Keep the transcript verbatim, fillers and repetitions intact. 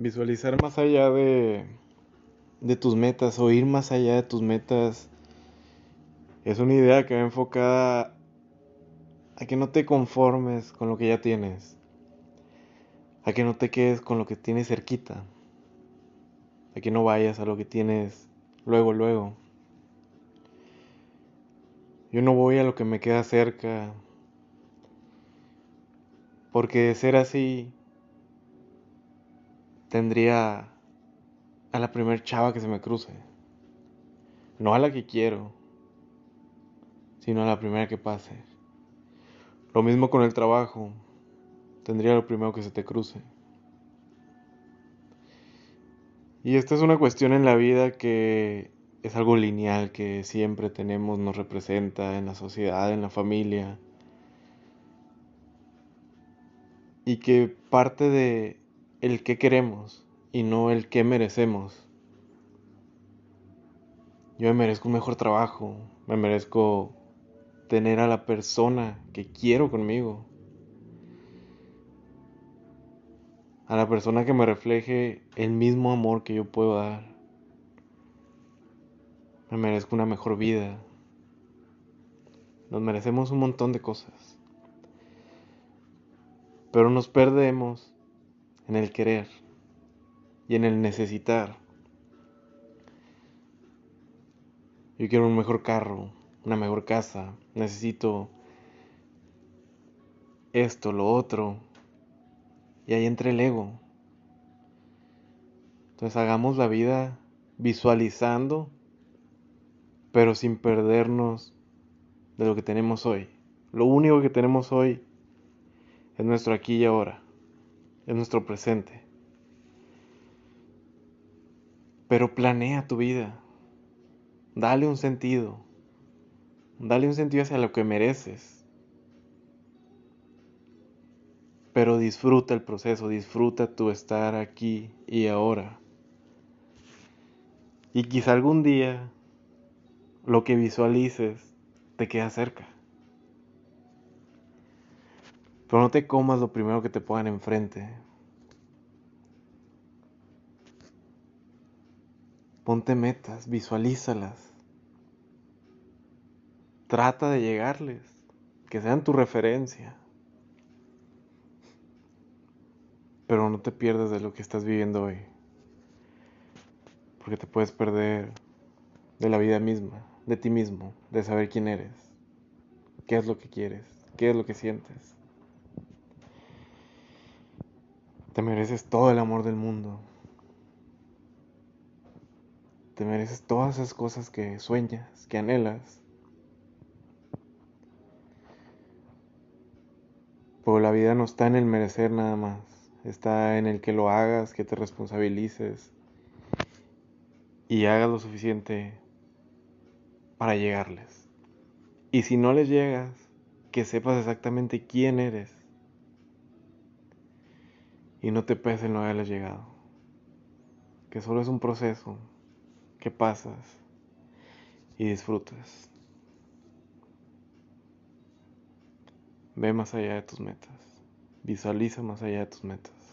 Visualizar más allá de, de tus metas o ir más allá de tus metas es una idea que va enfocada a que no te conformes con lo que ya tienes, a que no te quedes con lo que tienes cerquita, a que no vayas a lo que tienes luego, luego. Yo no voy a lo que me queda cerca, porque de ser así tendría a la primer chava que se me cruce, no a la que quiero, sino a la primera que pase. Lo mismo con el trabajo, tendría lo primero que se te cruce. Y esta es una cuestión en la vida que es algo lineal, que siempre tenemos, nos representa en la sociedad, en la familia, y que parte de el qué queremos y no el qué merecemos. Yo me merezco un mejor trabajo, me merezco tener a la persona que quiero conmigo, a la persona que me refleje el mismo amor que yo puedo dar. Me merezco una mejor vida. Nos merecemos un montón de cosas, pero nos perdemos en el querer y en el necesitar. Yo quiero un mejor carro, una mejor casa, necesito esto, lo otro, y ahí entra el ego. Entonces hagamos la vida visualizando, pero sin perdernos de lo que tenemos hoy. Lo único que tenemos hoy es nuestro aquí y ahora, es nuestro presente. Pero planea tu vida, dale un sentido, dale un sentido hacia lo que mereces. Pero disfruta el proceso, disfruta tu estar aquí y ahora. Y quizá algún día lo que visualices te queda cerca. Pero no te comas lo primero que te pongan enfrente. Ponte metas, visualízalas. Trata de llegarles, que sean tu referencia. Pero no te pierdas de lo que estás viviendo hoy. Porque te puedes perder de la vida misma, de ti mismo, de saber quién eres, qué es lo que quieres, qué es lo que sientes. Te mereces todo el amor del mundo. Te mereces todas esas cosas que sueñas, que anhelas. Pero la vida no está en el merecer nada más. Está en el que lo hagas, que te responsabilices y hagas lo suficiente para llegarles. Y si no les llegas, que sepas exactamente quién eres y no te pese no haberles llegado. Que solo es un proceso que pasas y disfrutas. Ve más allá de tus metas. Visualiza más allá de tus metas.